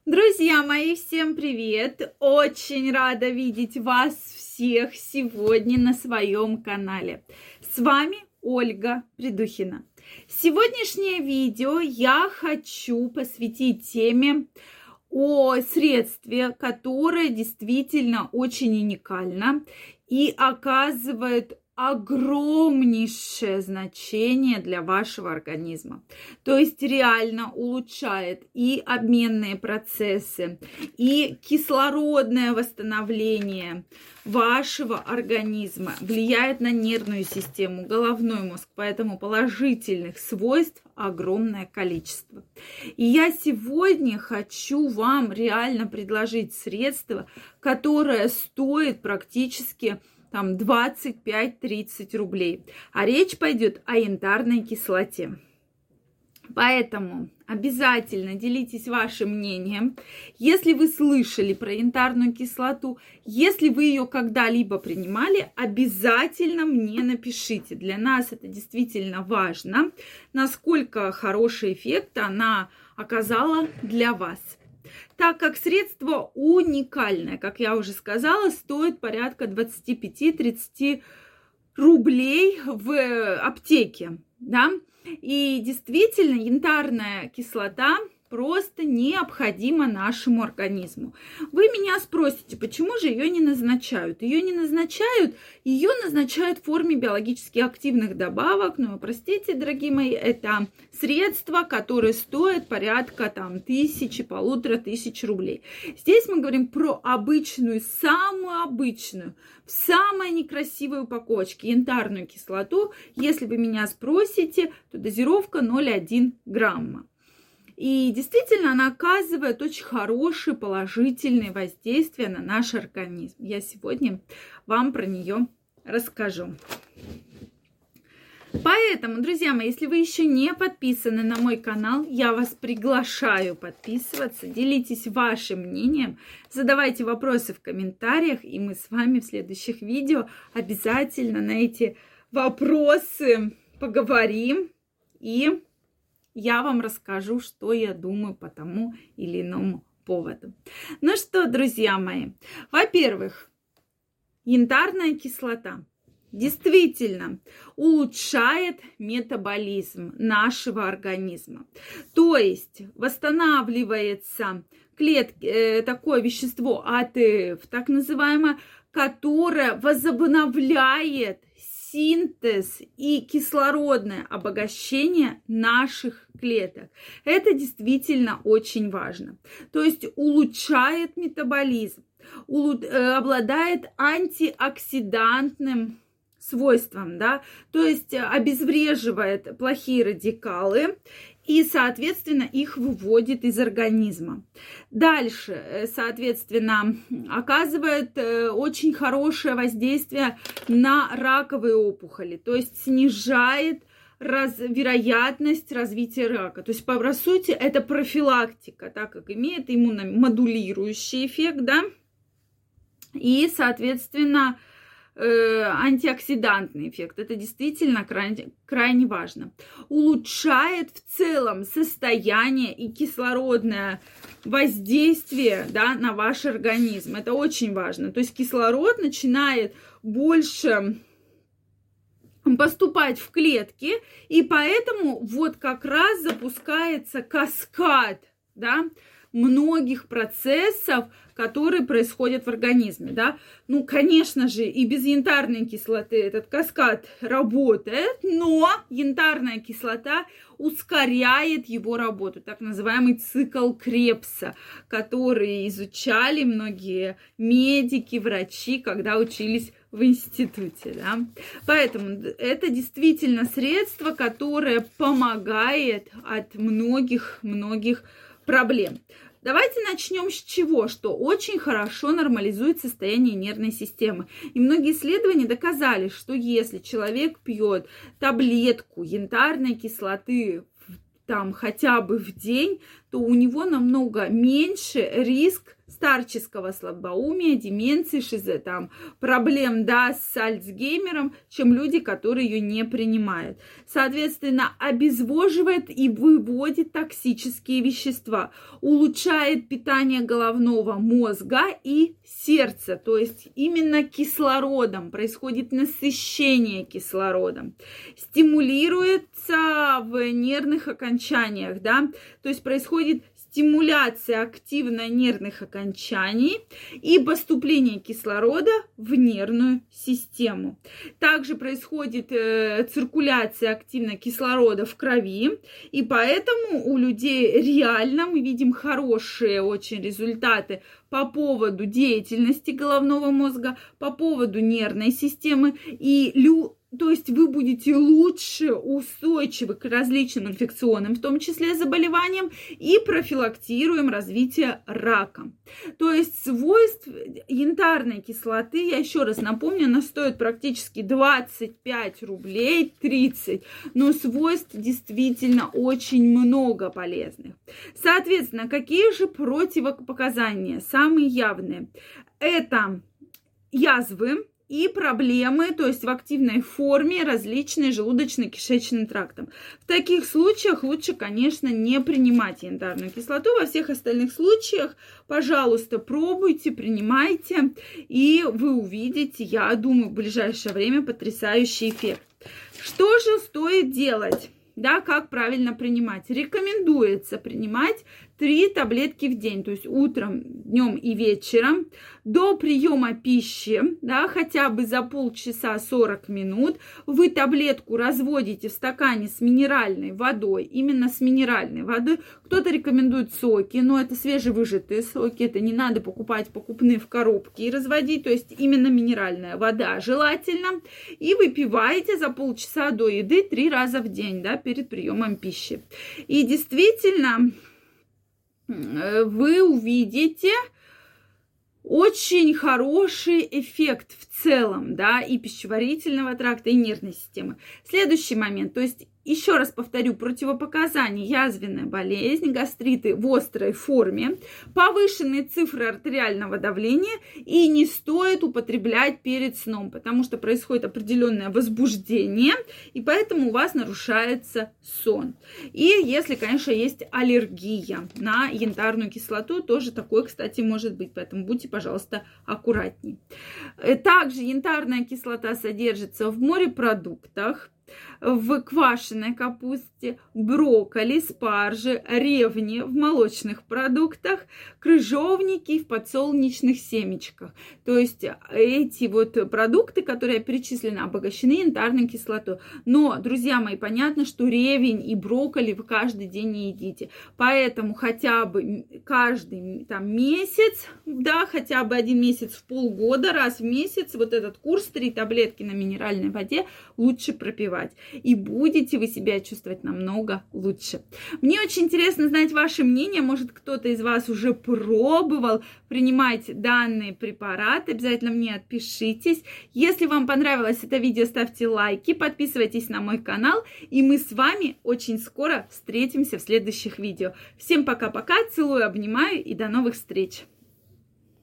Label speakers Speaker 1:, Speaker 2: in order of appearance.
Speaker 1: Друзья мои, всем привет! Очень рада видеть вас всех сегодня на своем канале. С вами Ольга Придухина. Сегодняшнее видео я хочу посвятить теме о средстве, которое действительно очень уникально и оказывает огромнейшее значение для вашего организма. То есть реально улучшает и обменные процессы, и кислородное восстановление вашего организма, влияет на нервную систему, головной мозг, поэтому положительных свойств огромное количество. И я сегодня хочу вам реально предложить средство, которое стоит практически 25-30 рублей. А речь пойдет о янтарной кислоте. Поэтому обязательно делитесь вашим мнением. Если вы слышали про янтарную кислоту, если вы ее когда-либо принимали, обязательно мне напишите. Для нас это действительно важно, насколько хороший эффект она оказала для вас. Так как средство уникальное, как я уже сказала, стоит порядка 25-30 рублей в аптеке, да? И действительно, янтарная кислота просто необходима нашему организму. Вы меня спросите, почему же ее не назначают? Ее назначают в форме биологически активных добавок. Но, простите, дорогие мои, это средства, которые стоят порядка 1000-1500 рублей. Здесь мы говорим про обычную, самую обычную, в самой некрасивой упаковочке янтарную кислоту. Если вы меня спросите, то дозировка 0,1 грамма. И действительно, она оказывает очень хорошие положительные воздействия на наш организм. Я сегодня вам про нее расскажу. Поэтому, друзья мои, если вы еще не подписаны на мой канал, я вас приглашаю подписываться, делитесь вашим мнением, задавайте вопросы в комментариях, и мы с вами в следующих видео обязательно на эти вопросы поговорим, и я вам расскажу, что я думаю по тому или иному поводу. Ну что, друзья мои, во-первых, янтарная кислота действительно улучшает метаболизм нашего организма. То есть восстанавливается такое вещество АТФ, так называемое, которое возобновляет синтез и кислородное обогащение наших клеток. Это действительно очень важно. То есть улучшает метаболизм, обладает антиоксидантным свойством, да, то есть обезвреживает плохие радикалы и, соответственно, их выводит из организма. Дальше, соответственно, оказывает очень хорошее воздействие на раковые опухоли, то есть снижает вероятность развития рака. То есть, по сути, это профилактика, так как имеет иммуномодулирующий эффект, да, и, соответственно, антиоксидантный эффект. Это действительно крайне важно. Улучшает в целом состояние и кислородное воздействие, да, на ваш организм. Это очень важно. То есть кислород начинает больше поступать в клетки, и поэтому вот как раз запускается каскад, да, многих процессов, которые происходят в организме, да. Ну, конечно же, и без янтарной кислоты этот каскад работает, но янтарная кислота ускоряет его работу, так называемый цикл Кребса, который изучали многие медики, врачи, когда учились в институте, да. Поэтому это действительно средство, которое помогает от многих проблем. Давайте начнем с чего? Что очень хорошо нормализует состояние нервной системы. И многие исследования доказали, что если человек пьет таблетку янтарной кислоты хотя бы в день, то у него намного меньше риск старческого слабоумия, деменции, проблем, да, с Альцгеймером, чем люди, которые ее не принимают. Соответственно, обезвоживает и выводит токсические вещества, улучшает питание головного мозга и сердца, то есть именно кислородом, происходит насыщение кислородом, стимулируется в нервных окончаниях, да, то есть происходит стимуляция активно нервных окончаний и поступление кислорода в нервную систему. Также происходит циркуляция активно кислорода в крови, и поэтому у людей реально мы видим хорошие очень результаты по поводу деятельности головного мозга, по поводу нервной системы, то есть вы будете лучше устойчивы к различным инфекционным, в том числе заболеваниям, и профилактируем развитие рака. То есть свойств янтарной кислоты, я еще раз напомню, она стоит практически 25 рублей, 30, но свойств действительно очень много полезных. Соответственно, какие же противопоказания? Самые явные. Это язвы и проблемы, то есть в активной форме различные желудочно-кишечным трактом. В таких случаях лучше, конечно, не принимать янтарную кислоту. Во всех остальных случаях, пожалуйста, пробуйте, принимайте, и вы увидите, я думаю, в ближайшее время потрясающий эффект. Что же стоит делать? Да, как правильно принимать? Рекомендуется принимать 3 таблетки в день, то есть утром, днем и вечером, до приема пищи, да, хотя бы за полчаса 40 минут. Вы таблетку разводите в стакане с минеральной водой, именно с минеральной водой. Кто-то рекомендует соки, но это свежевыжатые соки, это не надо покупать покупные в коробке и разводить, то есть именно минеральная вода желательно. И выпиваете за полчаса до еды 3 раза в день, да, перед приемом пищи. И действительно, вы увидите очень хороший эффект в целом, да, и пищеварительного тракта, и нервной системы. Следующий момент, то есть еще раз повторю, противопоказания: язвенная болезнь, гастриты в острой форме, повышенные цифры артериального давления, и не стоит употреблять перед сном, потому что происходит определенное возбуждение, и поэтому у вас нарушается сон. И если, конечно, есть аллергия на янтарную кислоту, тоже такое, кстати, может быть, поэтому будьте, пожалуйста, аккуратней. Также янтарная кислота содержится в морепродуктах, в квашеной капусте, брокколи, спарже, ревне, в молочных продуктах, крыжовнике и в подсолнечных семечках. То есть эти вот продукты, которые перечислены, обогащены янтарной кислотой. Но, друзья мои, понятно, что ревень и брокколи вы каждый день не едите. Поэтому хотя бы каждый месяц, да, хотя бы 1 месяц в полгода, раз в месяц вот этот курс 3 таблетки на минеральной воде лучше пропивать. И будете вы себя чувствовать намного лучше. Мне очень интересно знать ваше мнение. Может, кто-то из вас уже пробовал принимать данные препараты. Обязательно мне отпишитесь. Если вам понравилось это видео, ставьте лайки, подписывайтесь на мой канал. И мы с вами очень скоро встретимся в следующих видео. Всем пока-пока, целую, обнимаю и до новых встреч.